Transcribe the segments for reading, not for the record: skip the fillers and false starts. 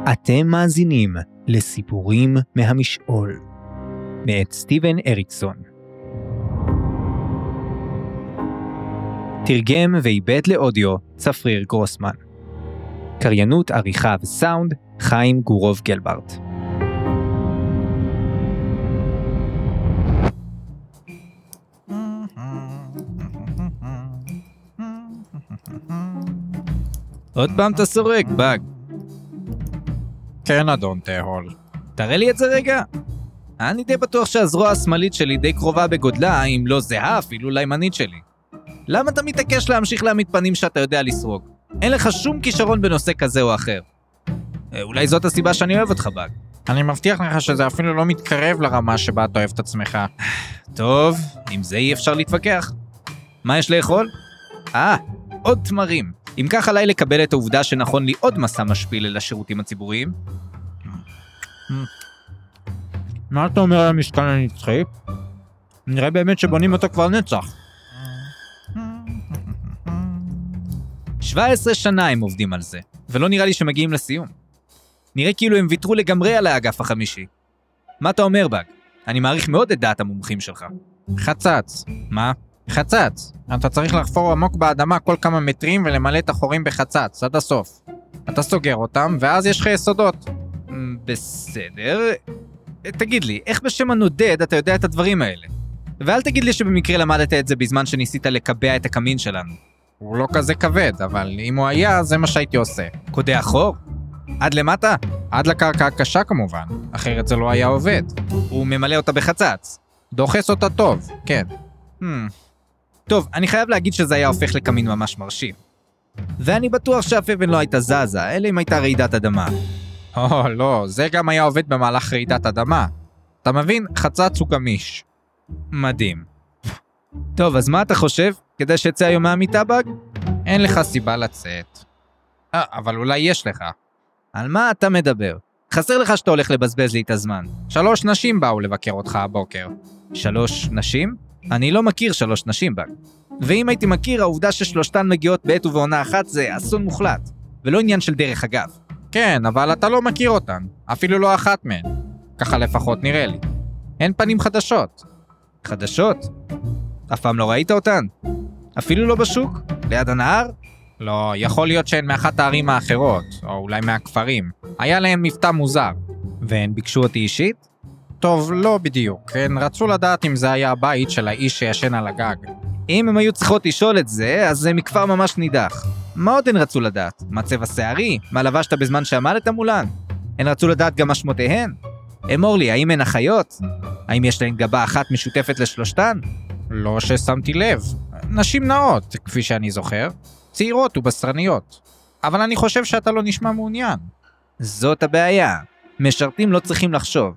אתם מאזינים לסיפורים מהמשעול, מאת סטיבן אריקסון. תרגם ועיבד לאודיו צפריר גרוסמן. קריינות, עריכה וסאונד חיים גורוב גלברט. עוד פעם אתה סורק, באג. כן, אדון תהול. תראה לי את זה רגע. אני די בטוח שהזרוע השמאלית שלי די קרובה בגודלה, אם לא זהה אפילו לימנית שלי. למה אתה מתעקש להמשיך להעמיד פנים שאתה יודע לסרוג? אין לך שום כישרון בנושא כזה או אחר. אולי זאת הסיבה שאני אוהב אותך, באג. אני מבטיח לך שזה אפילו לא מתקרב לרמה שבה אתה אוהב את עצמך. טוב, עם זה אי אפשר להתווכח. מה יש לאכול? עוד תמרים. אם כך עליי לקבל את העובדה שנכון לי עוד מסע משפיל אל השירותים הציבוריים? מה אתה אומר על המשכן הנצחי? נראה באמת שבונים אותו כבר נצח. 17 שנה הם עובדים על זה, ולא נראה לי שמגיעים לסיום. נראה כאילו הם ויתרו לגמרי על האגף החמישי. מה אתה אומר, באג? אני מעריך מאוד את דעת המומחים שלך. חצץ. מה? חצץ. אתה צריך לחפור עמוק באדמה כל כמה מטרים ולמלא את החורים בחצץ, עד הסוף. אתה סוגר אותם, ואז יש לך יסודות. בסדר. תגיד לי, איך בשם הנודד אתה יודע את הדברים האלה? ואל תגיד לי שבמקרה למדת את זה בזמן שניסית לקבע את הקמין שלנו. הוא לא כזה כבד, אבל אם הוא היה, זה מה שהייתי עושה. קודח חור? עד למטה? עד לקרקע הקשה כמובן, אחרת זה לא היה עובד. הוא ממלא אותה בחצץ. דוחס אותה טוב, כן. טוב, אני חייב להגיד שזה היה הופך לקמין ממש מרשים. ואני בטוח שאף אבן לא הייתה זזה, אלא אם הייתה רעידת אדמה. לא, זה גם היה עובד במהלך רעידת אדמה. אתה מבין? חצץ הוא גמיש. מדהים. טוב, אז מה אתה חושב? כדי שיצא היום מהמיטה, באג? אין לך סיבה לצאת. אבל אולי יש לך. על מה אתה מדבר? חסר לך שאתה הולך לבזבז לי את הזמן. 3 נשים באו לבקר אותך הבוקר. 3 נשים? אני לא מכיר 3 נשים, באג. ואם הייתי מכיר, העובדה ששלושתן מגיעות בעת ובעונה אחת זה אסון מוחלט. ולא עניין של דרך אגב. כן, אבל אתה לא מכיר אותן. אפילו לא אחת מהן. ככה לפחות נראה לי. הן פנים חדשות. חדשות? אף פעם לא ראית אותן? אפילו לא בשוק? ליד הנהר? לא, יכול להיות שהן מאחת הערים האחרות, או אולי מהכפרים. היה להן מבטא מוזר. והן ביקשו אותי אישית? טוב, לא בדיוק. הן רצו לדעת אם זה היה הבית של האיש שישן על הגג. אם הם היו צריכות לשאול את זה, אז זה מכפר ממש נידח. מה עוד הן רצו לדעת? מה צבע שערי? מה לבשת בזמן שעמדת מולן? הן רצו לדעת גם מה שמותיהן? אמור לי, האם הן אחיות? האם יש להן גבה אחת משותפת לשלושתן? לא ששמתי לב. נשים נאות, כפי שאני זוכר. צעירות ובשרניות. אבל אני חושב שאתה לא נשמע מעוניין. זאת הבעיה. משרתים לא צריכים לחשוב.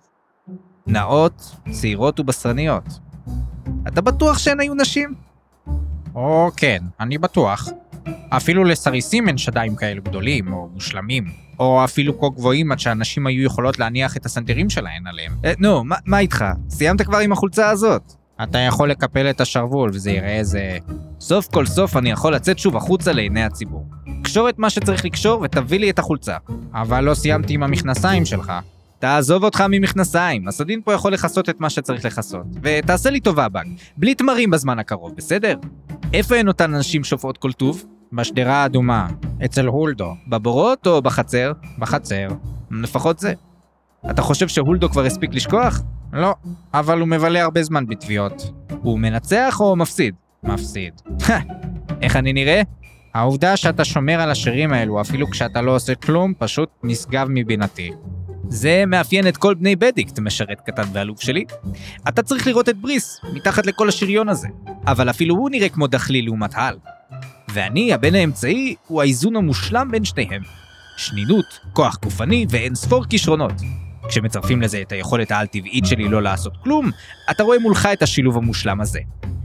נאות, צעירות ובשרניות. אתה בטוח שהן היו נשים? או כן, אני בטוח. אפילו לסריסים אין שדיים כאלה גדולים או מושלמים. או אפילו כה גבוהים עד שאנשים היו יכולות להניח את הסנדרים שלהן עליהם. נו, מה איתך? סיימת כבר עם החולצה הזאת? אתה יכול לקפל את השרוול וזה יראה איזה... סוף כל סוף אני יכול לצאת שוב החוצה לעיני הציבור. קשור את מה שצריך לקשור ותביא לי את החולצה. אבל לא סיימתי עם המכנסיים שלך. תעזוב אותך ממכנסיים, הסדין פה יכול לחסות את מה שצריך לחסות. ותעשה לי טובה, באג, בלי תמרים בזמן הקרוב, בסדר? איפה הן אותן אנשים שופעות כל טוב? בשדרה האדומה, אצל הולדו. בבורות או בחצר? בחצר. לפחות זה. אתה חושב שהולדו כבר הספיק לשכוח? לא, אבל הוא מבלה הרבה זמן בתביעות. הוא מנצח או מפסיד? מפסיד. איך אני נראה? העובדה שאתה שומר על השירים האלו אפילו כשאתה לא עושה כלום פשוט נשגב מבינתי. זה מאפיין את כל בני בדיקט, משרת קטן ואלוף שלי. אתה צריך לראות את בריס, מתחת לכל השריון הזה. אבל אפילו הוא נראה כמו דחלי לעומת הל. ואני, הבן האמצעי, הוא האיזון המושלם בין שניהם. שנינות, כוח גופני ואין ספור כישרונות. כשמצרפים לזה את היכולת העל-טבעית שלי לא לעשות כלום, אתה רואה מולך את השילוב המושלם הזה.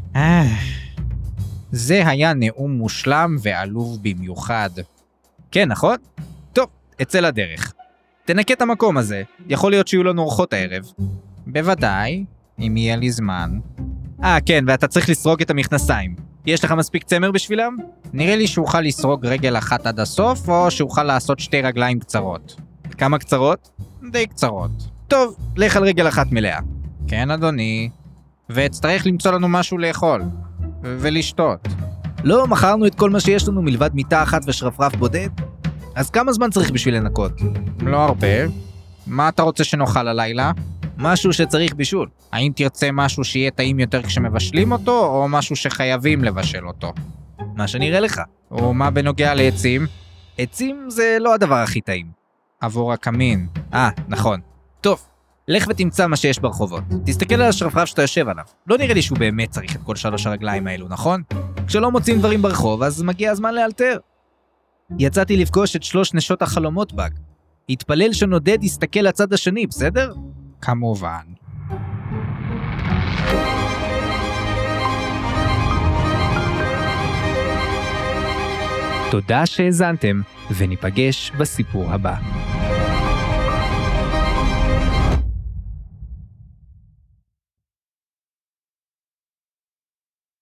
זה היה נאום מושלם ועלוב במיוחד. כן, נכון? טוב, אצא לדרך. תנקה את המקום הזה, יכול להיות שיהיו לנו אורחות הערב. בוודאי, אם יהיה לי זמן. כן, ואתה צריך לסרוג את המכנסיים. יש לך מספיק צמר בשבילם? נראה לי שאוכל לסרוג רגל אחת עד הסוף, או שאוכל לעשות 2 רגליים קצרות. כמה קצרות? די קצרות. טוב, לך על רגל אחת מלאה. כן, אדוני. ואצטרך למצוא לנו משהו לאכול. ולשתות. לא מכרנו את כל מה שיש לנו מלבד מיטה אחת ושרפרף בודד? אז כמה זמן צריך בשביל לנקות? לא הרבה. מה אתה רוצה שנאכל הלילה? משהו שצריך בישול. האם תרצה משהו שיהיה טעים יותר כשמבשלים אותו, או משהו שחייבים לבשל אותו? מה שנראה לך. או מה בנוגע לעצים? עצים זה לא הדבר הכי טעים. עבור הקמין. נכון. טוב, לך ותמצא מה שיש ברחובות. תסתכל על השרפרף שאתה יושב עליו. לא נראה לי שהוא באמת צריך את כל 3 הרגליים האלו, נכון? כשלא מוצאים דברים ברחוב, אז מגיע הזמן לאלתר. יצאתי לפגוש את 3 נשות החלומות באג. התפלל שנודד יסתכל לצד השני, בסדר? כמובן. תודה שהאזנתם, וניפגש בסיפור הבא.